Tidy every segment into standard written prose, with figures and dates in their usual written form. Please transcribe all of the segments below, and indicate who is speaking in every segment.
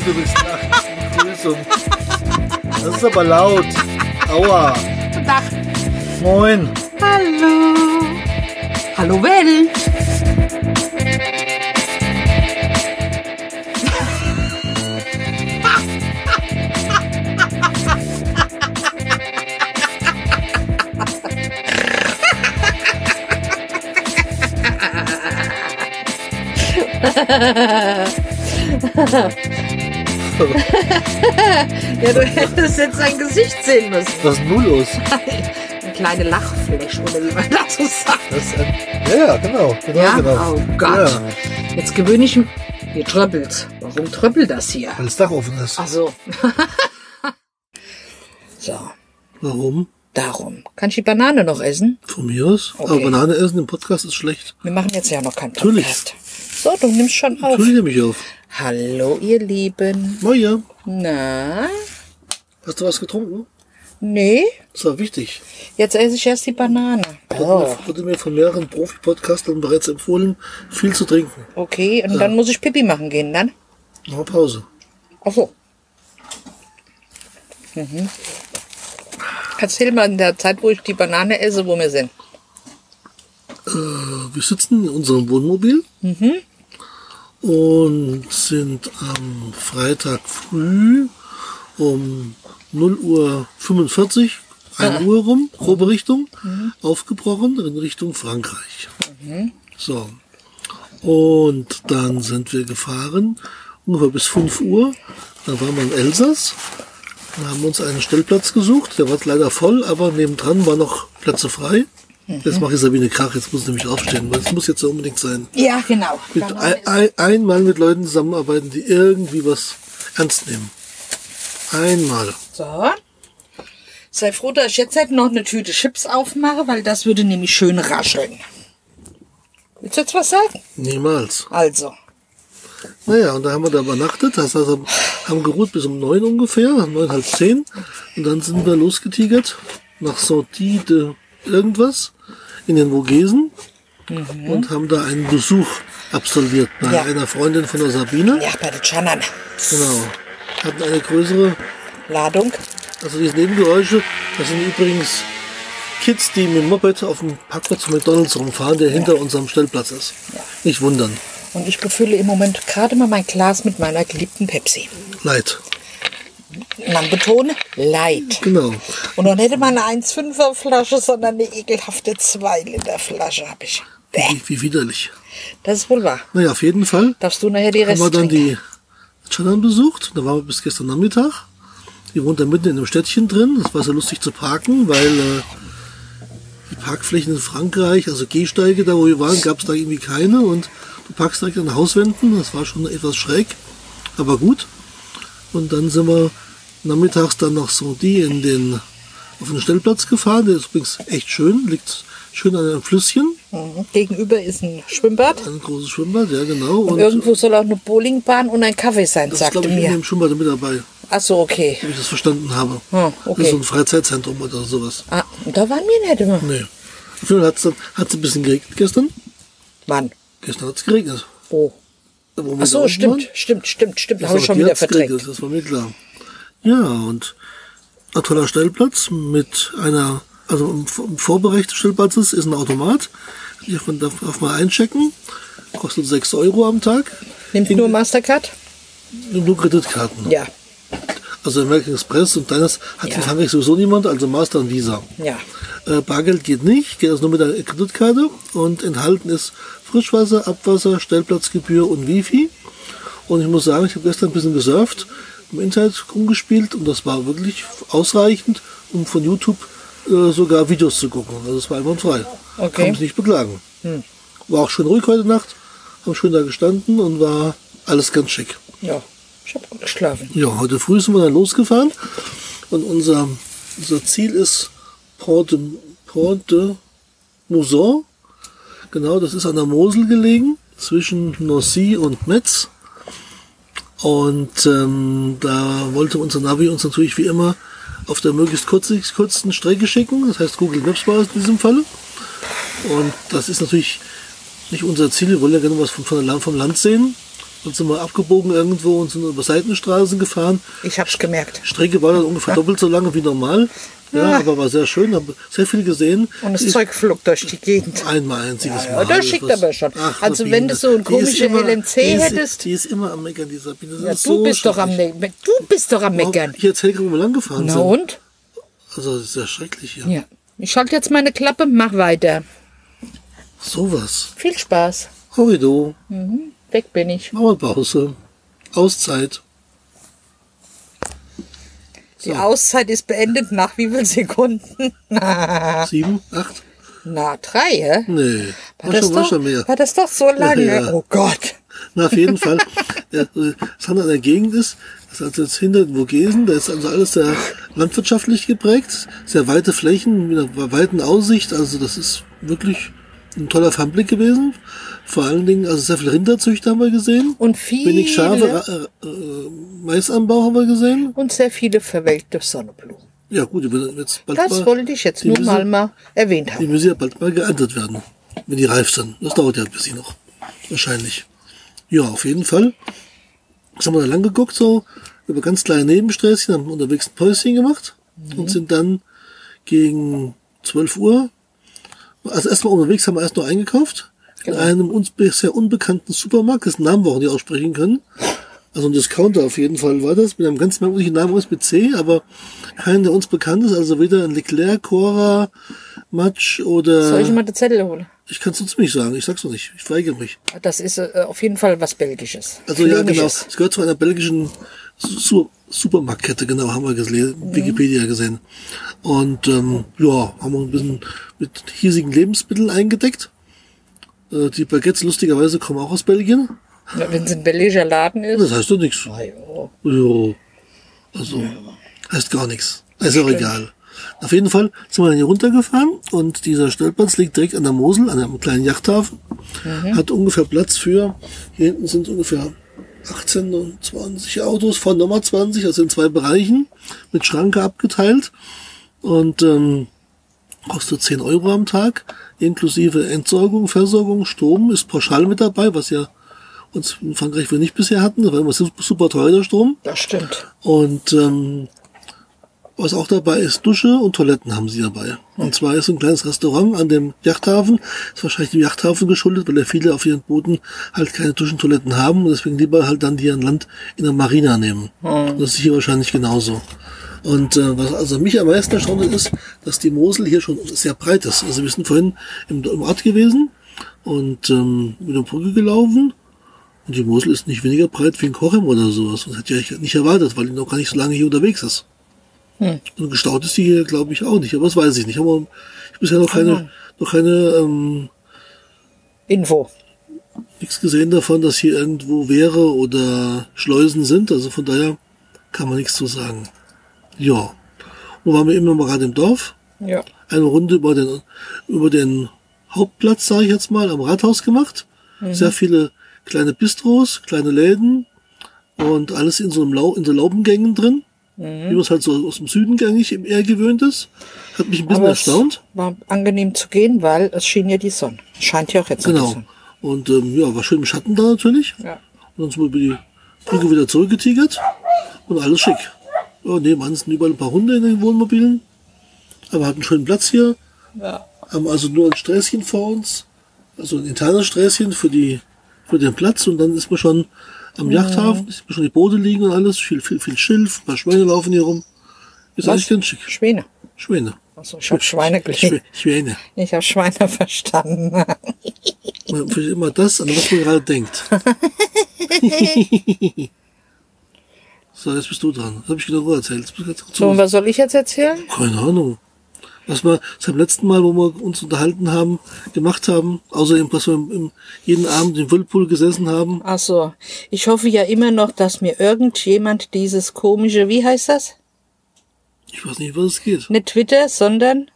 Speaker 1: du willst nach Begrüßung. Das ist aber laut. Aua.
Speaker 2: Guten Tag.
Speaker 1: Moin.
Speaker 2: Hallo. Hallo Welt. Ja, du hättest jetzt sein Gesicht sehen müssen.
Speaker 1: Was ist denn nun los?
Speaker 2: Eine kleine Lachfläche, oder wie man dazu sagt.
Speaker 1: Ja, genau.
Speaker 2: Ja?
Speaker 1: Genau.
Speaker 2: Oh Gott.
Speaker 1: Ja,
Speaker 2: Jetzt gewöhne ich mich. Hier tröppelt. Warum tröppelt das hier?
Speaker 1: weil das Dach offen ist.
Speaker 2: Ach so. So,
Speaker 1: Warum?
Speaker 2: darum. Kann ich die Banane noch essen?
Speaker 1: Von mir aus.
Speaker 2: Okay.
Speaker 1: Aber Banane essen im Podcast ist schlecht.
Speaker 2: Wir machen jetzt ja noch keinen
Speaker 1: Natürlich.
Speaker 2: Podcast. So, du nimmst schon auf.
Speaker 1: Natürlich nehme ich auf.
Speaker 2: Hallo, ihr Lieben.
Speaker 1: Moja.
Speaker 2: Na?
Speaker 1: Hast du was getrunken?
Speaker 2: Nee?
Speaker 1: Das war wichtig.
Speaker 2: Jetzt esse ich erst die Banane. Oh,
Speaker 1: Wurde mir von mehreren Profi-Podcastern bereits empfohlen, viel zu trinken.
Speaker 2: okay. Und dann muss ich Pipi machen gehen, dann?
Speaker 1: Noch eine Pause.
Speaker 2: Ach so. Erzähl mal in der Zeit, wo ich die Banane esse, wo wir sind.
Speaker 1: Wir sitzen in unserem Wohnmobil und sind am Freitag früh um 0:45 Uhr, 1 Uhr rum, grobe Richtung, aufgebrochen in Richtung Frankreich. So. Und dann sind wir gefahren, ungefähr bis 5 Uhr. Dann waren wir in Elsass. Dann haben wir uns einen Stellplatz gesucht. Der war leider voll, aber nebendran waren noch Plätze frei. Jetzt mache ich Sabine Krach, jetzt muss ich nämlich aufstehen, weil es muss jetzt so unbedingt sein.
Speaker 2: Ja, genau.
Speaker 1: Einmal mit Leuten zusammenarbeiten, die irgendwie was ernst nehmen. Einmal.
Speaker 2: So. Sei froh, dass ich jetzt halt noch eine Tüte Chips aufmache, weil das würde nämlich schön rascheln. Willst du jetzt was sagen?
Speaker 1: Niemals.
Speaker 2: Also.
Speaker 1: Naja, und da haben wir da übernachtet, das heißt, haben geruht bis um 9 ungefähr, 9, halb 10. Und dann sind wir losgetigert nach Sortie de irgendwas in den Vogesen und haben da einen Besuch absolviert bei einer Freundin von der Sabine.
Speaker 2: Ja, bei den Chanan.
Speaker 1: Genau. Hatten eine größere,
Speaker 2: Ladung.
Speaker 1: also diese Nebengeräusche, das sind übrigens Kids, die mit dem Moped auf dem Parkplatz von McDonalds rumfahren, der hinter unserem Stellplatz ist. Nicht wundern.
Speaker 2: Und ich befülle im Moment gerade mal mein Glas mit meiner geliebten Pepsi.
Speaker 1: Leid.
Speaker 2: Man betone, Light.
Speaker 1: Genau.
Speaker 2: Und noch nicht mal eine 1,5er Flasche, sondern eine ekelhafte 2-Liter Flasche habe ich. Bäh,
Speaker 1: Wie widerlich.
Speaker 2: das ist wohl wahr.
Speaker 1: Naja, auf jeden Fall
Speaker 2: Darfst du nachher die
Speaker 1: haben
Speaker 2: Reste
Speaker 1: wir dann
Speaker 2: trinken?
Speaker 1: die Chanan besucht. Da waren wir bis gestern Nachmittag. Die wohnt da mitten in einem Städtchen drin. Das war so lustig zu parken, weil die Parkflächen in Frankreich, also Gehsteige, da wo wir waren, gab es da irgendwie keine. Und du parkst direkt an Hauswänden. Das war schon etwas schräg, aber gut. Und dann sind wir nachmittags dann nach Sortie auf den Stellplatz gefahren. Der ist übrigens echt schön, liegt schön an einem Flüsschen.
Speaker 2: Gegenüber ist ein Schwimmbad.
Speaker 1: Ein großes Schwimmbad, ja genau.
Speaker 2: Und irgendwo soll auch eine Bowlingbahn und ein Kaffee sein,
Speaker 1: das ist,
Speaker 2: sagte
Speaker 1: glaube ich, in
Speaker 2: mir.
Speaker 1: dem Schwimmbad mit dabei,
Speaker 2: Ach so, okay.
Speaker 1: wie ich das verstanden habe.
Speaker 2: Ah,
Speaker 1: Das
Speaker 2: okay.
Speaker 1: ist so ein Freizeitzentrum oder sowas.
Speaker 2: Ah, und da waren wir nicht immer.
Speaker 1: Nee. Auf jeden Fall hat es ein bisschen geregnet gestern.
Speaker 2: Wann?
Speaker 1: Gestern hat es geregnet.
Speaker 2: Oh.
Speaker 1: Wo wir
Speaker 2: Ach so,
Speaker 1: da unten
Speaker 2: stimmt,
Speaker 1: waren,
Speaker 2: stimmt.
Speaker 1: das
Speaker 2: Habe ich
Speaker 1: auch
Speaker 2: schon
Speaker 1: hier
Speaker 2: wieder
Speaker 1: hat's geregnet,
Speaker 2: verdrängt.
Speaker 1: das war mir klar. Ja, und ein toller Stellplatz mit also im Vorbereich des Stellplatzes ist ein Automat. Man darf mal einchecken. Kostet 6 Euro am Tag.
Speaker 2: Nimmst du nur Mastercard?
Speaker 1: Nur Kreditkarten.
Speaker 2: Ja.
Speaker 1: Also American Express und deines hat in Frankreich sowieso niemand, also Master und Visa.
Speaker 2: Ja.
Speaker 1: Bargeld geht nicht, geht also nur mit der Kreditkarte und enthalten ist Frischwasser, Abwasser, Stellplatzgebühr und Wifi. Und ich muss sagen, ich habe gestern ein bisschen gesurft, im Internet rumgespielt und das war wirklich ausreichend, um von YouTube sogar Videos zu gucken. Also es war einwandfrei.
Speaker 2: Okay.
Speaker 1: Kann mich nicht beklagen. War auch schön ruhig heute Nacht, haben schön da gestanden und war alles ganz schick.
Speaker 2: Ja. Ich habe gut geschlafen.
Speaker 1: Ja, heute früh sind wir dann losgefahren und unser Ziel ist Port de Mouzon. Genau, das ist an der Mosel gelegen, zwischen Nancy und Metz. Und da wollte unser Navi uns natürlich wie immer auf der möglichst kurzen Strecke schicken. Das heißt, Google Maps war es in diesem Falle. Und das ist natürlich nicht unser Ziel. Wir wollen ja gerne was vom Land sehen. Dann sind wir abgebogen irgendwo und sind über Seitenstraßen gefahren.
Speaker 2: Ich hab's gemerkt.
Speaker 1: Strecke war dann ungefähr doppelt so lange wie normal. Ja, aber war sehr schön, habe sehr viel gesehen.
Speaker 2: Und das Zeug flog durch die Gegend.
Speaker 1: Einmal einziges
Speaker 2: Ja,
Speaker 1: Mal.
Speaker 2: das schickt aber schon.
Speaker 1: Ach,
Speaker 2: Also
Speaker 1: Sabine,
Speaker 2: wenn du so ein
Speaker 1: die ist
Speaker 2: komische
Speaker 1: immer-
Speaker 2: LMC
Speaker 1: die ist-
Speaker 2: hättest.
Speaker 1: Die ist immer am Meckern, die Sabine. Das
Speaker 2: Ja,
Speaker 1: ist
Speaker 2: du
Speaker 1: so
Speaker 2: bist doch am
Speaker 1: schrecklich.
Speaker 2: Du bist doch am Meckern.
Speaker 1: Ich erzähle, wo wir lang gefahren
Speaker 2: Na
Speaker 1: sind.
Speaker 2: und?
Speaker 1: Also, das ist ja schrecklich hier.
Speaker 2: Ja. Ich schalte jetzt meine Klappe, mach weiter.
Speaker 1: Sowas.
Speaker 2: Viel Spaß.
Speaker 1: Horrido.
Speaker 2: Weg bin ich.
Speaker 1: Mauerpause. Auszeit.
Speaker 2: Die Auszeit ist beendet nach wie vielen Sekunden?
Speaker 1: 7, 8?
Speaker 2: Na, 3, hä?
Speaker 1: Nee.
Speaker 2: War
Speaker 1: schon mehr.
Speaker 2: War das doch so lange?
Speaker 1: Ja, ja.
Speaker 2: Oh Gott.
Speaker 1: Na, auf jeden Fall. Das andere an der Gegend ist, das ist also jetzt hinter den Vogesen, da ist also alles sehr landwirtschaftlich geprägt, sehr weite Flächen mit einer weiten Aussicht, also das ist wirklich ein toller Fernblick gewesen. Vor allen Dingen, also sehr viel Rinderzüchter haben wir gesehen.
Speaker 2: Und viele.
Speaker 1: Wenig Schafe, Maisanbau haben wir gesehen.
Speaker 2: Und sehr viele verwelkte Sonnenblumen.
Speaker 1: Ja gut, die werden jetzt bald
Speaker 2: Das wollte ich jetzt nur mal erwähnt
Speaker 1: Die
Speaker 2: haben.
Speaker 1: müssen ja bald mal geerntet werden, wenn die reif sind. Das dauert ja ein bisschen noch. Wahrscheinlich. Ja, auf jeden Fall. Das haben wir da lang geguckt, so über ganz kleine Nebensträßchen, haben unterwegs ein Päuschen gemacht und sind dann gegen 12 Uhr, also erstmal unterwegs haben wir erst noch eingekauft, in einem uns bisher unbekannten Supermarkt, dessen Namen wir auch nicht aussprechen können. Also ein Discounter auf jeden Fall war das, mit einem ganz merkwürdigen Namen aus mit C, aber keinen, der uns bekannt ist, also weder ein Leclerc, Cora, Match oder...
Speaker 2: Soll ich mal den Zettel holen?
Speaker 1: Ich kann es uns nicht sagen, ich sag's noch nicht, ich weigere mich.
Speaker 2: Das ist auf jeden Fall was Belgisches.
Speaker 1: Also ja, genau,
Speaker 2: Flämisches.
Speaker 1: es gehört zu einer belgischen Supermarktkette, genau, haben wir gesehen, Wikipedia gesehen. Und ja, haben wir ein bisschen mit hiesigen Lebensmitteln eingedeckt. Die Baguettes lustigerweise kommen auch aus Belgien.
Speaker 2: Ja, wenn es ein belgischer Laden ist.
Speaker 1: Das heißt doch nichts.
Speaker 2: Ah, ja.
Speaker 1: Ja, also heißt gar nichts. Ist auch egal. Auf jeden Fall sind wir dann hier runtergefahren und dieser Stellplatz liegt direkt an der Mosel, an einem kleinen Yachthafen. Hat ungefähr Platz für, hier hinten sind ungefähr 18 und 20 Autos, von Nummer 20, also in 2 Bereichen, mit Schranke abgeteilt. Und kostet 10 Euro am Tag, inklusive Entsorgung, Versorgung, Strom, ist pauschal mit dabei, was ja uns in Frankreich wir nicht bisher hatten. Das war immer super teuer, der Strom.
Speaker 2: Das stimmt.
Speaker 1: Und was auch dabei ist, Dusche und Toiletten haben sie dabei. Und zwar ist so ein kleines Restaurant an dem Yachthafen. Ist wahrscheinlich dem Yachthafen geschuldet, weil ja viele auf ihren Booten halt keine Duschentoiletten haben und deswegen lieber halt dann die an Land in der Marina nehmen. Und das ist hier wahrscheinlich genauso. Und was also mich am meisten erstaunt hat, ist, dass die Mosel hier schon sehr breit ist. Also wir sind vorhin im Ort gewesen und mit der Brücke gelaufen. Und die Mosel ist nicht weniger breit wie ein Cochem oder sowas. Das hätte ich nicht erwartet, weil die noch gar nicht so lange hier unterwegs ist. Und gestaut ist die hier, glaube ich, auch nicht. Aber das weiß ich nicht. Aber ich bisher noch keine
Speaker 2: Info.
Speaker 1: nichts gesehen davon, dass hier irgendwo Wehre oder Schleusen sind. Also von daher kann man nichts zu sagen. Ja. Nun waren wir immer mal gerade im Dorf.
Speaker 2: Ja.
Speaker 1: Eine Runde über den Hauptplatz, sage ich jetzt mal, am Rathaus gemacht. Sehr viele kleine Bistros, kleine Läden und alles in so Laubengängen drin. Wie man es halt so aus dem Süden eigentlich eher gewöhnt ist. Hat mich ein bisschen
Speaker 2: Aber
Speaker 1: erstaunt.
Speaker 2: es war angenehm zu gehen, weil es schien ja die Sonne. Scheint ja auch jetzt die
Speaker 1: Genau.
Speaker 2: Sonne.
Speaker 1: Und ja, war schön im Schatten da natürlich.
Speaker 2: Ja.
Speaker 1: Und dann sind wir über die Brücke wieder zurückgetigert. Und alles schick. Ja, nebenan sind überall ein paar Hunde in den Wohnmobilen. Aber hatten einen schönen Platz hier.
Speaker 2: Ja.
Speaker 1: Haben also nur ein Sträßchen vor uns. Also ein internes Sträßchen für den Platz. Und dann ist man schon am Yachthafen. Ist man schon die Boote liegen und alles. Viel Schilf. Ein paar Schweine laufen hier rum. Ist eigentlich ganz schick.
Speaker 2: Schwäne.
Speaker 1: Schwäne.
Speaker 2: Achso, ich habe Schweine gelesen.
Speaker 1: Schwäne.
Speaker 2: Ich habe Schweine verstanden.
Speaker 1: Man versteht immer das, an was man gerade denkt. So, jetzt bist du dran. Das habe ich genau erzählt. Jetzt bist du ganz
Speaker 2: So, und was soll ich jetzt erzählen?
Speaker 1: Keine Ahnung. Was wir seit dem letzten Mal, wo wir uns unterhalten haben, gemacht haben, außerdem, dass wir jeden Abend im Whirlpool gesessen haben.
Speaker 2: Ach so. Ich hoffe ja immer noch, dass mir irgendjemand dieses komische, wie heißt das?
Speaker 1: Ich weiß nicht, was es geht.
Speaker 2: Nicht Twitter, sondern,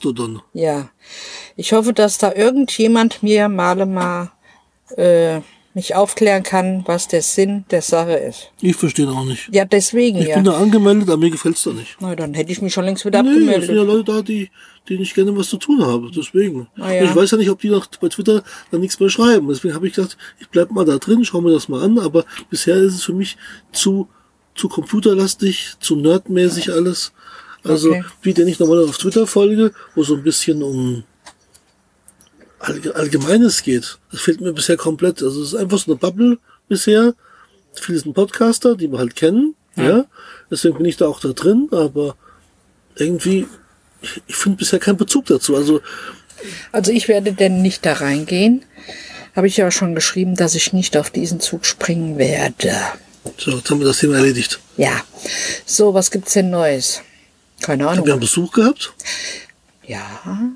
Speaker 1: Mastodon.
Speaker 2: ja. Ich hoffe, dass da irgendjemand mir mal mich aufklären kann, was der Sinn der Sache ist.
Speaker 1: Ich verstehe auch nicht.
Speaker 2: Ja, deswegen,
Speaker 1: Ich bin da angemeldet, aber mir gefällt's da nicht.
Speaker 2: Na, dann hätte ich mich schon längst wieder
Speaker 1: Nee, es
Speaker 2: abgemeldet.
Speaker 1: sind ja Leute da, die nicht gerne was zu tun haben. Deswegen.
Speaker 2: Ah, ja.
Speaker 1: Ich weiß ja nicht, ob die noch bei Twitter dann nichts mehr schreiben. Deswegen habe ich gedacht, ich bleib mal da drin, schau mir das mal an. Aber bisher ist es für mich zu computerlastig, zu nerdmäßig alles. Also,
Speaker 2: Okay.
Speaker 1: wie denn ich normal auf Twitter folge, wo so ein bisschen um Allgemeines geht. Das fehlt mir bisher komplett. Also, es ist einfach so eine Bubble bisher. Viele sind Podcaster, die wir halt kennen. Ja. Deswegen bin ich da auch da drin. Aber irgendwie, ich finde bisher keinen Bezug dazu. Also,
Speaker 2: Also ich werde denn nicht da reingehen. Habe ich ja schon geschrieben, dass ich nicht auf diesen Zug springen werde.
Speaker 1: so, jetzt haben wir das Thema erledigt.
Speaker 2: Ja. So, was gibt's denn Neues? Keine Ahnung.
Speaker 1: Wir haben Besuch gehabt.
Speaker 2: Ja.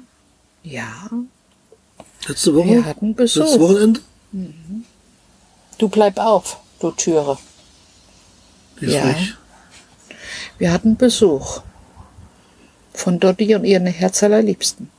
Speaker 1: Letzte Woche.
Speaker 2: Wir hatten Besuch.
Speaker 1: Letztes Wochenende.
Speaker 2: Du bleib auf, du Türe.
Speaker 1: Die ist
Speaker 2: Ja.
Speaker 1: weg.
Speaker 2: Wir hatten Besuch von Dotti und ihren Herzallerliebsten.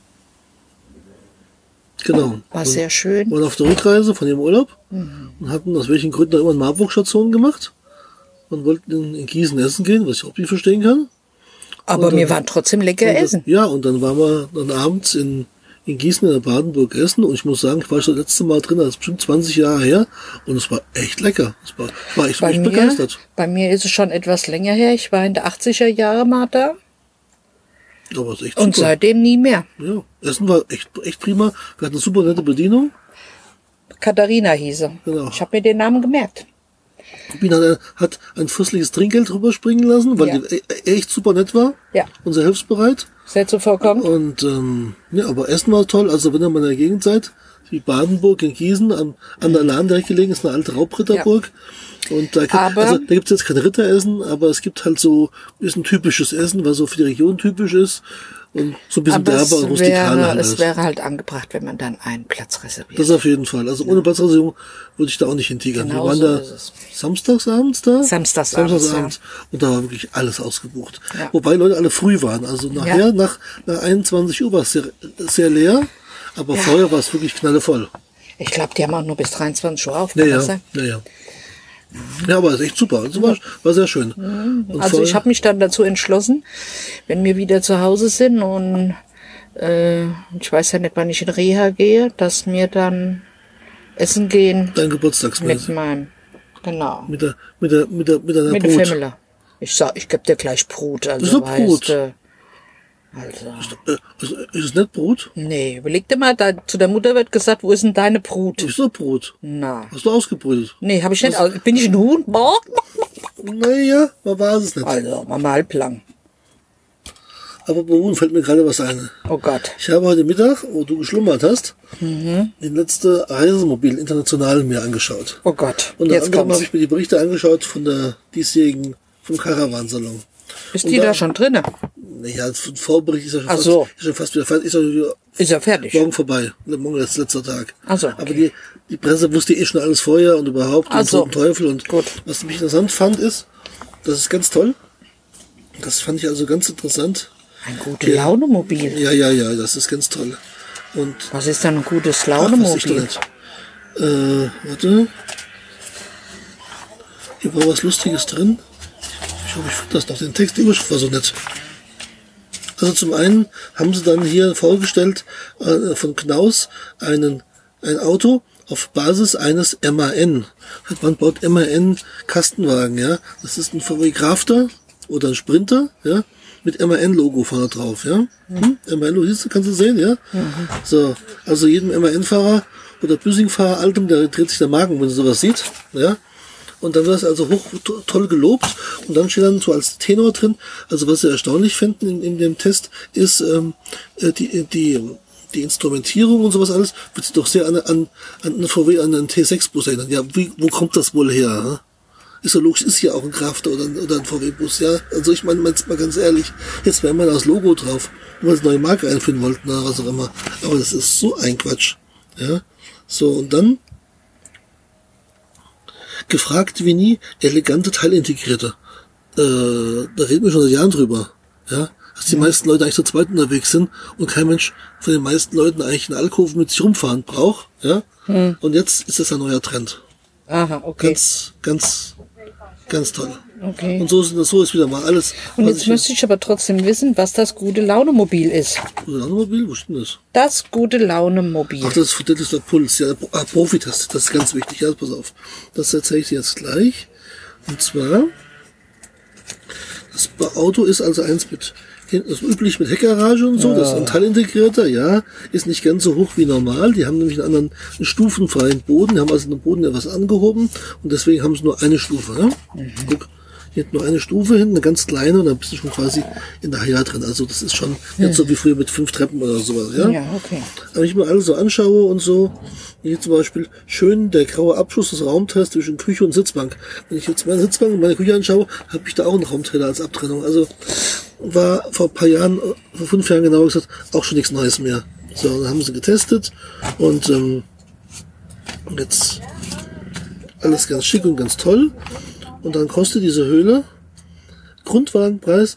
Speaker 1: Genau.
Speaker 2: War sehr schön.
Speaker 1: Wir waren auf der Rückreise von ihrem Urlaub und hatten aus welchen Gründen auch immer eine Marburg-Station gemacht und wollten in Gießen essen gehen, was ich auch nicht verstehen kann.
Speaker 2: Aber
Speaker 1: Und
Speaker 2: wir
Speaker 1: dann-
Speaker 2: waren trotzdem lecker
Speaker 1: Und dann-
Speaker 2: essen.
Speaker 1: Ja, und dann waren wir dann abends in Gießen in der Badenburg essen und ich muss sagen, ich war schon das letzte Mal drin, das ist bestimmt 20 Jahre her und es war echt lecker. Ich war echt begeistert.
Speaker 2: Bei mir ist es schon etwas länger her. Ich war in der 80er Jahre mal da
Speaker 1: Aber es ist echt
Speaker 2: und
Speaker 1: super.
Speaker 2: seitdem nie mehr.
Speaker 1: Ja, Essen war echt prima. Wir hatten eine super nette Bedienung.
Speaker 2: Katharina hieß sie.
Speaker 1: Genau.
Speaker 2: Ich habe mir den Namen gemerkt.
Speaker 1: Rubin hat ein fürstliches Trinkgeld rüberspringen lassen, weil
Speaker 2: Ja.
Speaker 1: die echt super nett war
Speaker 2: Ja.
Speaker 1: und sehr hilfsbereit.
Speaker 2: Sehr zuvorkommend.
Speaker 1: Und ja, aber Essen war toll. Also wenn ihr mal in der Gegend seid, die Badenburg in Gießen, an der Lahn direkt gelegen, ist eine alte Raubritterburg. Und da,
Speaker 2: Aber-
Speaker 1: da gibt's jetzt kein Ritteressen, aber es gibt halt so, ist ein typisches Essen, was so für die Region typisch ist. Und so ein bisschen
Speaker 2: Aber
Speaker 1: derber und rustikaler halt.
Speaker 2: es wäre halt angebracht, wenn man dann einen Platz reserviert.
Speaker 1: Das auf jeden Fall. Also ohne Platzreservierung würde ich da auch nicht hintigern.
Speaker 2: Genau
Speaker 1: Wir waren
Speaker 2: so
Speaker 1: da
Speaker 2: ist es.
Speaker 1: samstagsabends da.
Speaker 2: Samstagsabends,
Speaker 1: Und da war wirklich alles ausgebucht.
Speaker 2: Ja.
Speaker 1: Wobei Leute alle früh waren. Also nachher, nach 21 Uhr war es sehr leer. Aber vorher war es wirklich knallevoll.
Speaker 2: Ich glaube, die haben auch nur bis 23 Uhr auf.
Speaker 1: Ja,
Speaker 2: Kann
Speaker 1: ja,
Speaker 2: das sein?
Speaker 1: ja. Ja, aber ist echt super. Also war sehr schön. Und
Speaker 2: Also
Speaker 1: vorher-
Speaker 2: ich habe mich dann dazu entschlossen, wenn wir wieder zu Hause sind und ich weiß ja nicht, wann ich in Reha gehe, dass wir dann essen gehen
Speaker 1: dein
Speaker 2: mit
Speaker 1: Geburtstagsmäßig.
Speaker 2: meinem, genau,
Speaker 1: Mit deiner
Speaker 2: mit der
Speaker 1: Brut.
Speaker 2: Family. Ich sag, ich geb dir gleich Brot. Also
Speaker 1: ist doch Brot.
Speaker 2: Also,
Speaker 1: Ist es nicht Brut?
Speaker 2: nee, überleg dir mal, zu der Mutter wird gesagt, wo ist denn deine Brut?
Speaker 1: Ist doch Brut.
Speaker 2: Na,
Speaker 1: Hast du ausgebrütet?
Speaker 2: nee, habe ich nicht. Bin ich ein Huhn?
Speaker 1: Naja, man weiß es nicht.
Speaker 2: Also, mal halblang.
Speaker 1: Aber bei Huhn fällt mir gerade was ein.
Speaker 2: Oh Gott.
Speaker 1: Ich habe heute Mittag, wo du geschlummert hast, die letzte Reisemobil International mir angeschaut.
Speaker 2: Oh Gott.
Speaker 1: Unter
Speaker 2: Jetzt
Speaker 1: anderem habe
Speaker 2: kommt's.
Speaker 1: ich mir die Berichte angeschaut von der diesjährigen, vom Caravansalon.
Speaker 2: Ist die da schon drinne?
Speaker 1: Naja, der Vorbericht ist ja schon,
Speaker 2: Ach so.
Speaker 1: ist schon fast wieder fertig. Ist ja wieder
Speaker 2: Ist ja fertig.
Speaker 1: morgen vorbei. Morgen ist letzter Tag.
Speaker 2: Ach so, okay.
Speaker 1: Aber die Presse wusste eh schon alles vorher und überhaupt
Speaker 2: Ach
Speaker 1: und
Speaker 2: so.
Speaker 1: Toten Teufel. Und
Speaker 2: Gut.
Speaker 1: was mich interessant fand, ist, das ist ganz toll. Das fand ich also ganz interessant.
Speaker 2: Ein gute Launemobil.
Speaker 1: Ja, das ist ganz toll. Und
Speaker 2: Was ist denn ein gutes
Speaker 1: ach, was ich da
Speaker 2: Launemobil?
Speaker 1: nicht. Warte. Hier war was Lustiges drin. Ich hoffe, ich finde das noch. Den Text, die Überschrift war so nett. Also zum einen haben sie dann hier vorgestellt von Knaus ein Auto auf Basis eines MAN. Man baut MAN Kastenwagen, ja. Das ist ein VW Crafter oder ein Sprinter, ja, mit MAN-Logo vorne drauf, ja. MAN-Logo, siehst du, kannst du sehen, ja. So, also jedem MAN-Fahrer oder Büsing-Fahrer Altem, der dreht sich der Magen, wenn er sowas sieht, ja. Und dann wird das also toll gelobt. Und dann steht dann so als Tenor drin, also was sie erstaunlich finden in dem Test, ist die Instrumentierung und sowas alles, wird sich doch sehr an einen VW, an einen T6-Bus erinnern. Ja, wo kommt das wohl her? Hm? Ist ja logisch, ist ja auch ein Crafter oder ein VW-Bus, ja. Also ich meine, mal ganz ehrlich, jetzt wäre mal das Logo drauf, wenn wir eine neue Marke einführen wollten oder was auch immer. Aber das ist so ein Quatsch. Ja. So, und dann gefragt wie nie, elegante Teilintegrierte. Da reden wir schon seit Jahren drüber. Ja, dass die meisten Leute eigentlich zu zweit unterwegs sind und kein Mensch von den meisten Leuten eigentlich einen Alkohol mit sich rumfahren braucht. Ja, und jetzt ist das ein neuer Trend.
Speaker 2: Aha, okay.
Speaker 1: Ganz toll.
Speaker 2: Okay.
Speaker 1: Und so ist wieder mal alles.
Speaker 2: Und jetzt müsste ich aber trotzdem wissen, was das Gute-Laune-Mobil ist.
Speaker 1: Gute-Laune-Mobil? Wo steht denn das?
Speaker 2: Das Gute-Laune-Mobil.
Speaker 1: Ach, das ist der Puls, ja, Profitest, das ist ganz wichtig. Ja, pass auf. Das erzähle ich dir jetzt gleich. Und zwar, das Auto ist also eins das ist üblich mit Heckgarage und so,
Speaker 2: Ja.
Speaker 1: das ist ein Teilintegrierter, ja, ist nicht ganz so hoch wie normal. Die haben nämlich einen stufenfreien Boden, die haben also den Boden etwas angehoben und deswegen haben sie nur eine Stufe. Ne? Guck, hier nur eine Stufe hin, eine ganz kleine und dann bist du schon quasi in der Haia drin. Also das ist schon jetzt so wie früher mit 5 Treppen oder sowas. Ja,
Speaker 2: Ja, okay.
Speaker 1: wenn ich mir alles so anschaue und so, hier zum Beispiel schön der graue Abschluss des Raumteils zwischen Küche und Sitzbank. Wenn ich jetzt meine Sitzbank und meine Küche anschaue, habe ich da auch einen Raumteiler als Abtrennung. Also war vor ein paar Jahren, vor 5 Jahren genauer gesagt, auch schon nichts Neues mehr. So, dann haben sie getestet und jetzt alles ganz schick und ganz toll. Und dann kostet diese Höhle Grundwagenpreis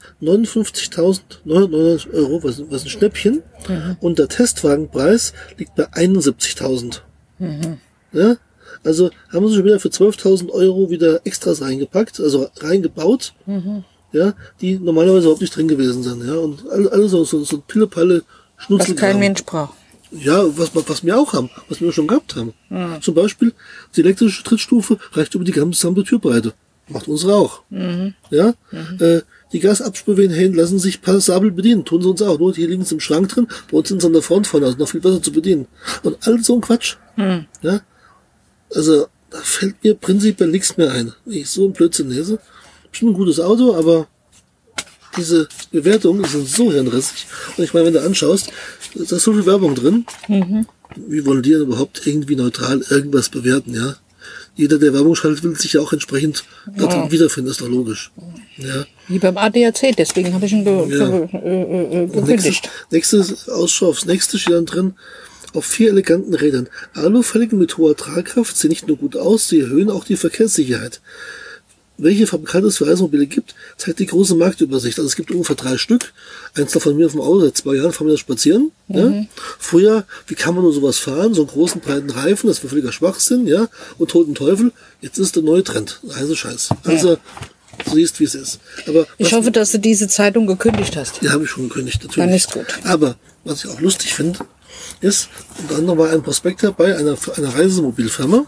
Speaker 1: 59.999 Euro, was ein Schnäppchen. Und der Testwagenpreis liegt bei 71.000. Ja? Also haben sie schon wieder für 12.000 Euro wieder Extras reingepackt, also reingebaut, ja, die normalerweise überhaupt nicht drin gewesen sind. Ja? Und alles so Pille-Palle, Schnutzel.
Speaker 2: Was kein Mensch braucht.
Speaker 1: Ja, was wir auch haben, was wir schon gehabt haben. Zum Beispiel, die elektrische Trittstufe reicht über die gesamte Türbreite. Macht unsere auch. Ja? Die Gasabspülwählen lassen sich passabel bedienen. Tun sie uns auch. Nur hier liegen sie im Schrank drin. Bei uns sind sie an der Front vorne, also noch viel besser zu bedienen. Und all so ein Quatsch. Ja? Also, da fällt mir prinzipiell nichts mehr ein. Wenn ich so einen Blödsinn lese. Bestimmt ein gutes Auto, aber diese Bewertungen sind so hirnrissig. Und ich meine, wenn du anschaust, da ist so viel Werbung drin. Wie wollen die denn überhaupt irgendwie neutral irgendwas bewerten, ja? Jeder, der Werbung schaltet, will sich ja auch entsprechend darin wiederfinden, ist doch logisch. Ja.
Speaker 2: Wie beim ADAC, deswegen habe ich ihn gekündigt.
Speaker 1: Nächstes Ausschau aufs nächste steht dann drin, auf 4 eleganten Rädern. Alufelgen mit hoher Tragkraft sehen nicht nur gut aus, sie erhöhen auch die Verkehrssicherheit. Welche Fabrikanten es für Reisemobile gibt, zeigt die große Marktübersicht. Also es gibt ungefähr 3 Stück. Eins davon mir auf dem Auto, seit 2 Jahren fahren wir da spazieren. Ja. Früher, wie kann man nur sowas fahren? So einen großen, breiten Reifen, das war völliger Schwachsinn, ja. Und toten Teufel. Jetzt ist der neue Trend. Also Scheiß. Also, so siehst, wie es ist. Aber
Speaker 2: Ich hoffe, dass du diese Zeitung gekündigt hast.
Speaker 1: die habe ich schon gekündigt, natürlich.
Speaker 2: Dann ist gut.
Speaker 1: Aber, was ich auch lustig finde, ist, unter anderem war ein Prospekt dabei, einer Reisemobilfirma.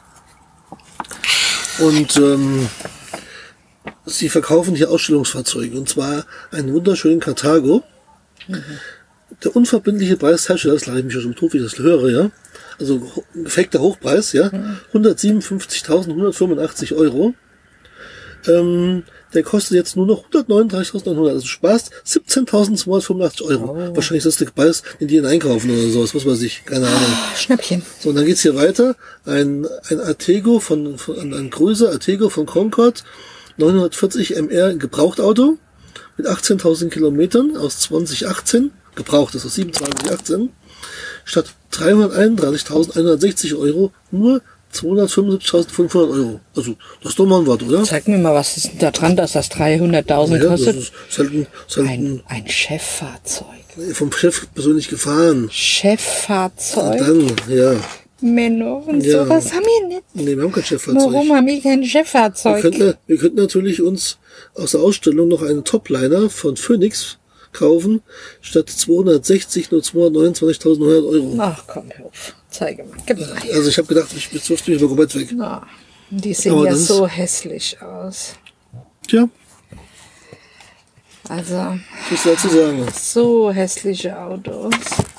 Speaker 1: Und, sie verkaufen hier Ausstellungsfahrzeuge, und zwar einen wunderschönen Carthago. Der unverbindliche Preishersteller, das lache ich mich schon tot, wie ich das höre, ja. Also ein gefakter Hochpreis, ja. 157.185 Euro. Der kostet jetzt nur noch 139.900, also sparst 17.285 Euro. Wahrscheinlich ist das der Preis, den die einkaufen oder sowas, was weiß ich, keine Ahnung.
Speaker 2: Schnäppchen.
Speaker 1: So, und dann geht's hier weiter. Ein Artego ein größer Artego von Concord, 940 MR Gebrauchtauto mit 18.000 Kilometern aus 2018. Gebraucht ist aus 2718. Statt 331.160 Euro nur 275.500 Euro. Also, das ist doch mal ein Wort, oder?
Speaker 2: Zeig mir mal, was ist denn da dran, dass das 300.000
Speaker 1: Ja,
Speaker 2: kostet?
Speaker 1: das ist halt
Speaker 2: Ein Cheffahrzeug.
Speaker 1: vom Chef persönlich gefahren.
Speaker 2: Cheffahrzeug?
Speaker 1: Dann, ja.
Speaker 2: Menno, und
Speaker 1: Ja.
Speaker 2: sowas haben wir nicht.
Speaker 1: Nee, wir haben kein Cheffahrzeug.
Speaker 2: Warum haben wir kein Cheffahrzeug?
Speaker 1: Wir könnten natürlich uns aus der Ausstellung noch einen Topliner von Phoenix kaufen, statt 260 nur 229.900 Euro.
Speaker 2: Ach komm, hör auf. Zeige mal. Gib mal her.
Speaker 1: Also ich habe gedacht, jetzt wirfst du mich mal komplett weg.
Speaker 2: Na, die sehen
Speaker 1: Aber
Speaker 2: ja
Speaker 1: das ist-
Speaker 2: so hässlich aus.
Speaker 1: Tja,
Speaker 2: Also,
Speaker 1: was ist dazu sagen?
Speaker 2: so hässliche Autos.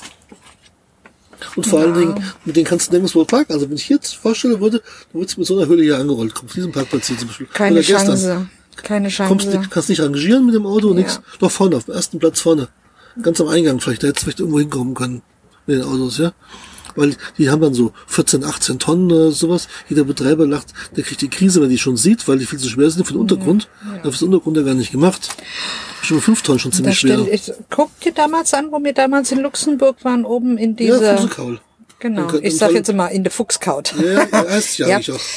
Speaker 1: Und vor allen Dingen, mit denen kannst du nirgendwo parken. Also wenn ich jetzt vorstellen würde, du würdest mit so einer Höhle hier angerollt kommen, auf diesem Parkplatz hier zum Beispiel.
Speaker 2: Keine
Speaker 1: Oder gestern.
Speaker 2: Chance. Keine Chance.
Speaker 1: Kannst nicht rangieren mit dem Auto,
Speaker 2: Ja.
Speaker 1: nix. Doch vorne, auf dem ersten Platz vorne. Ganz am Eingang vielleicht, da hättest du vielleicht irgendwo hinkommen können mit den Autos, ja. Weil die haben dann so 14, 18 Tonnen oder sowas. Jeder Betreiber lacht, der kriegt die Krise, wenn die schon sieht, weil die viel zu schwer sind für den Untergrund. Dafür ist der Untergrund ja gar nicht gemacht. Schon 5 Tonnen schon
Speaker 2: Da
Speaker 1: ziemlich schwer.
Speaker 2: guck dir damals an, wo wir damals in Luxemburg waren, oben in
Speaker 1: Ja,
Speaker 2: dieser...
Speaker 1: Fußekaul.
Speaker 2: Genau,
Speaker 1: Dann
Speaker 2: ich
Speaker 1: kann-
Speaker 2: sag jetzt immer in der Fuchskaut.
Speaker 1: Ja, heißt ja eigentlich auch.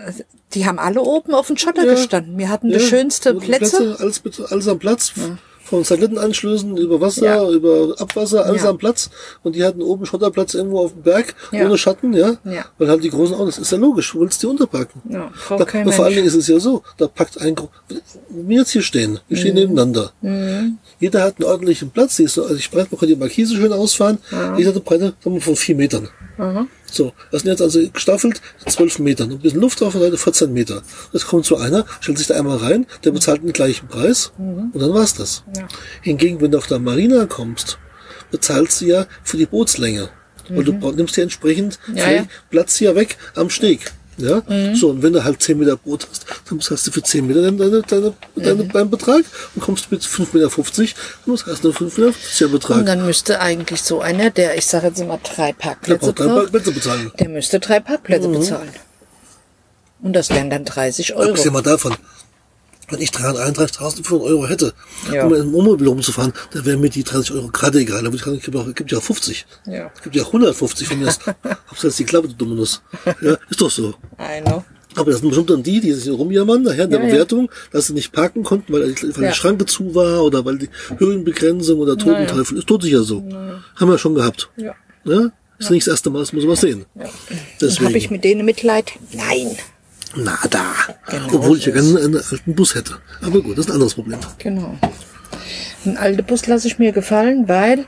Speaker 2: Die haben alle oben auf dem Schotter gestanden. Wir hatten die schönste
Speaker 1: und
Speaker 2: Plätze.
Speaker 1: Alles am Platz. von Satellitenanschlüssen über Wasser,
Speaker 2: Ja.
Speaker 1: über Abwasser, alles
Speaker 2: Ja.
Speaker 1: am Platz. Und die hatten oben Schotterplatz irgendwo auf dem Berg,
Speaker 2: Ja.
Speaker 1: ohne Schatten, ja.
Speaker 2: Ja.
Speaker 1: Weil halt die großen Autos, ist ja logisch, du willst die unterpacken.
Speaker 2: Ja, braucht kein
Speaker 1: Vor allen
Speaker 2: Mensch.
Speaker 1: Dingen ist es ja so, da packt wo wir jetzt hier stehen, wir stehen nebeneinander. Jeder hat einen ordentlichen Platz, die ist so, also ich breit, man kann die Markise schön ausfahren, jeder hat eine Breite, sagen wir, von 4 Metern. So, das sind jetzt also gestaffelt 12 Metern. Und ein bisschen Luft drauf und heute 14 Meter. Jetzt kommt so einer, stellt sich da einmal rein, der bezahlt den gleichen Preis und dann war's das.
Speaker 2: Ja.
Speaker 1: Hingegen, wenn du auf der Marina kommst, bezahlst du ja für die Bootslänge. Weil du nimmst ja entsprechend
Speaker 2: Ja.
Speaker 1: Platz hier weg am Steg. Ja, so, und wenn du halt 10 Meter Boot hast, dann hast du für 10 Meter deinen Betrag und kommst mit 5,50 Meter, dann hast du einen 5,50 Meter Betrag.
Speaker 2: Und dann müsste eigentlich so einer, der, ich sage jetzt immer 3
Speaker 1: Der
Speaker 2: Parkplätze
Speaker 1: braucht 3
Speaker 2: braucht,
Speaker 1: Parkplätze bezahlen.
Speaker 2: der müsste 3 Parkplätze bezahlen. Und das wären dann 30 Euro.
Speaker 1: Abgesehen mal davon, wenn ich 31.500 Euro hätte,
Speaker 2: Ja.
Speaker 1: um mit dem Wohnmobil rumzufahren, dann wären mir die 30 Euro gerade egal. Aber ich gibt ja auch 50.
Speaker 2: Ja.
Speaker 1: Es gibt ja 150 von mir. Hab's jetzt die Klappe, du Dominus. Ja, ist doch so.
Speaker 2: I know.
Speaker 1: Aber das sind bestimmt dann die sich rumjammern, nachher in der
Speaker 2: Ja, ja.
Speaker 1: Bewertung, dass sie nicht parken konnten, weil
Speaker 2: Ja.
Speaker 1: die Schranke zu war oder weil die Höhenbegrenzung oder Totenteufel. Ist tot sicher so. Haben wir schon gehabt.
Speaker 2: Ja.
Speaker 1: Ja? Ist nicht das erste Mal, dass wir sowas sehen. Deswegen.
Speaker 2: Habe ich mit denen Mitleid? Nein.
Speaker 1: Nada.
Speaker 2: Genau
Speaker 1: Obwohl ich ja
Speaker 2: so ist.
Speaker 1: gerne einen alten Bus hätte. Aber gut, das ist ein anderes Problem.
Speaker 2: Genau. Einen alten Bus lasse ich mir gefallen, weil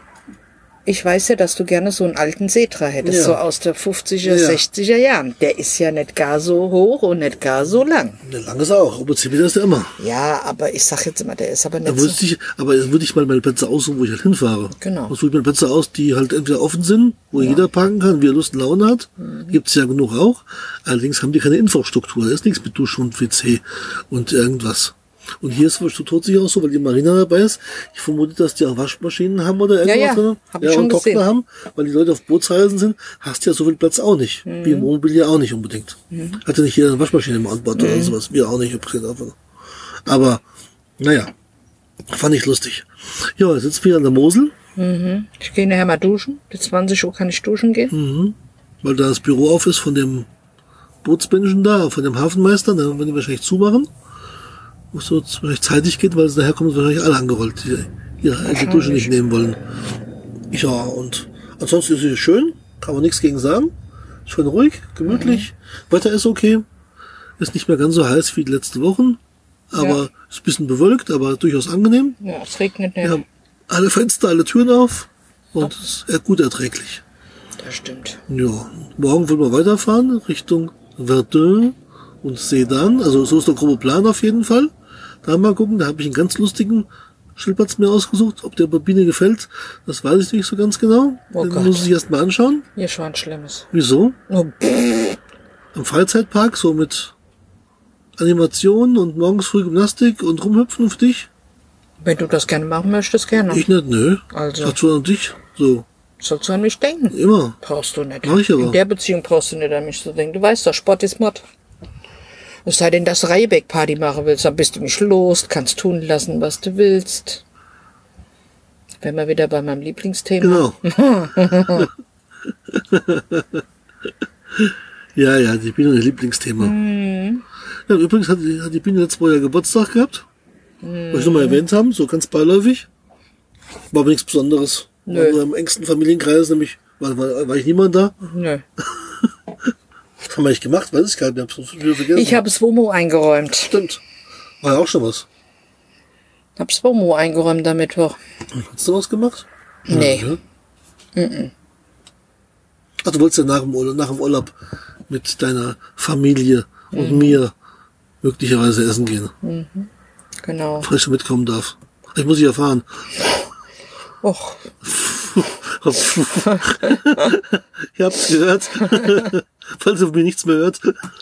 Speaker 2: ich weiß ja, dass du gerne so einen alten Setra hättest,
Speaker 1: Ja.
Speaker 2: so aus der 50er,
Speaker 1: Ja.
Speaker 2: 60er Jahren. Der ist ja nicht gar so hoch und nicht gar so lang.
Speaker 1: Ja, lang ist er auch. Aber 10 Meter ist er immer.
Speaker 2: Ja, aber ich sag jetzt immer, der ist aber
Speaker 1: Da
Speaker 2: nicht so.
Speaker 1: würde ich mal meine Plätze aussuchen, wo ich halt hinfahre.
Speaker 2: Genau.
Speaker 1: Und suche ich mir Plätze aus, die halt entweder offen sind, wo jeder parken kann, wie er Lust und Laune hat. Gibt's ja genug auch. Allerdings haben die keine Infrastruktur. Da ist nichts mit Dusche und WC und irgendwas. Und hier ist es todsicher auch so, weil die Marina dabei ist. Ich vermute, dass die auch Waschmaschinen haben oder irgendwas
Speaker 2: ja,
Speaker 1: drin.
Speaker 2: hab ich schon
Speaker 1: und Trockner
Speaker 2: gesehen.
Speaker 1: haben, weil die Leute auf Bootsreisen sind, hast du ja so viel Platz auch nicht. Wie im Wohnmobil ja auch nicht unbedingt. Hat ja nicht jeder eine Waschmaschine im Anbau oder sowas. Wir auch nicht, abgesehen davon. Aber, naja, fand ich lustig. Ja, jetzt sitzen wir an der Mosel,
Speaker 2: Ich gehe nachher mal duschen. Bis 20 Uhr kann ich duschen gehen.
Speaker 1: weil da das Büro auf ist von dem Bootsmenschen da, von dem Hafenmeister, dann werden die wahrscheinlich zumachen. Wo es so wahrscheinlich zeitig geht, weil daher kommen wahrscheinlich alle angerollt, die ihre Dusche nicht nehmen wollen. Ja, und ansonsten ist es schön, kann man nichts gegen sagen. Schön ruhig, gemütlich, Wetter ist okay, ist nicht mehr ganz so heiß wie die letzten Wochen, aber ist ein bisschen bewölkt, aber durchaus angenehm.
Speaker 2: Ja, es regnet nicht.
Speaker 1: Wir haben alle Fenster, alle Türen auf und es ist gut erträglich.
Speaker 2: Das stimmt.
Speaker 1: Ja, morgen wollen wir weiterfahren Richtung Verdun und Sedan. Also so ist der grobe Plan auf jeden Fall. Da mal gucken, da habe ich einen ganz lustigen Stellplatz mir ausgesucht. Ob der Biene gefällt, das weiß ich nicht so ganz genau.
Speaker 2: Oh
Speaker 1: Den
Speaker 2: Gott.
Speaker 1: muss ich erst mal anschauen.
Speaker 2: Hier schon ein Schlimmes.
Speaker 1: Wieso?
Speaker 2: Oh,
Speaker 1: Am Freizeitpark, so mit Animationen und morgens früh Gymnastik und rumhüpfen für dich?
Speaker 2: wenn du das gerne machen möchtest, gerne.
Speaker 1: Ich nicht, nö.
Speaker 2: Also.
Speaker 1: Ich dachte schon an dich. So,
Speaker 2: Sollst du an mich denken?
Speaker 1: immer.
Speaker 2: Brauchst du nicht.
Speaker 1: Mach ich aber.
Speaker 2: In der Beziehung brauchst du nicht an mich zu denken. Du weißt doch, Sport ist Mord. Es sei denn, dass du Reibeck-Party machen willst, dann bist du mich los, kannst tun lassen, was du willst. Wenn wir wieder bei meinem Lieblingsthema.
Speaker 1: Genau. Ja, die Biene ist ihr Lieblingsthema. Ja, übrigens hat die Biene letztes Mal ja Geburtstag gehabt. Was ich nochmal erwähnt haben, so ganz beiläufig. War aber nichts Besonderes.
Speaker 2: Nö.
Speaker 1: War nur im engsten Familienkreis, nämlich war ich niemand da.
Speaker 2: Nö.
Speaker 1: Was haben wir eigentlich gemacht? Weiß ich gar nicht. Ich hab's wieder vergessen.
Speaker 2: Ich habe das Womo eingeräumt.
Speaker 1: Stimmt. War ja auch schon was.
Speaker 2: Hab's Womo eingeräumt am Mittwoch.
Speaker 1: Hast du was gemacht?
Speaker 2: Nee.
Speaker 1: Ja. Ach, du wolltest ja nach dem Urlaub mit deiner Familie und mir möglicherweise essen gehen.
Speaker 2: Genau.
Speaker 1: Falls ich mitkommen darf. Ich muss ja fahren.
Speaker 2: Och,
Speaker 1: Ihr habt's gehört. Falls ihr von mir nichts mehr hört.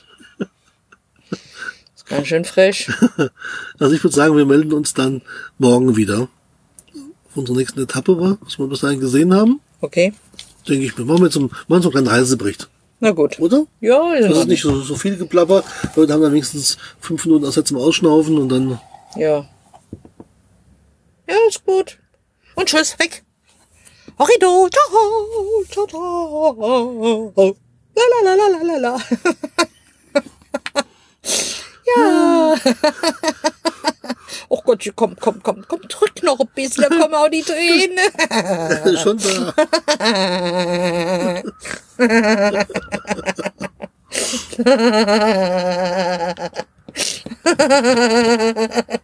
Speaker 2: ist ganz schön frech.
Speaker 1: Also ich würde sagen, wir melden uns dann morgen wieder. Auf unserer nächsten Etappe war, was wir bis dahin gesehen haben.
Speaker 2: Okay.
Speaker 1: Denke ich, wir machen jetzt so einen kleinen Reisebericht.
Speaker 2: Na gut.
Speaker 1: Oder?
Speaker 2: Ja,
Speaker 1: Das ist nicht so viel Geplapper. Leute haben dann wenigstens 5 Minuten Auszeit zum Ausschnaufen und dann...
Speaker 2: Ja. Ja, ist gut. Und tschüss, weg. Horrido, ciao, ciao, ciao. La la la la la la la. Ja. Oh Gott, komm, drück noch ein bisschen, da kommen auch die Tränen.
Speaker 1: Schon da.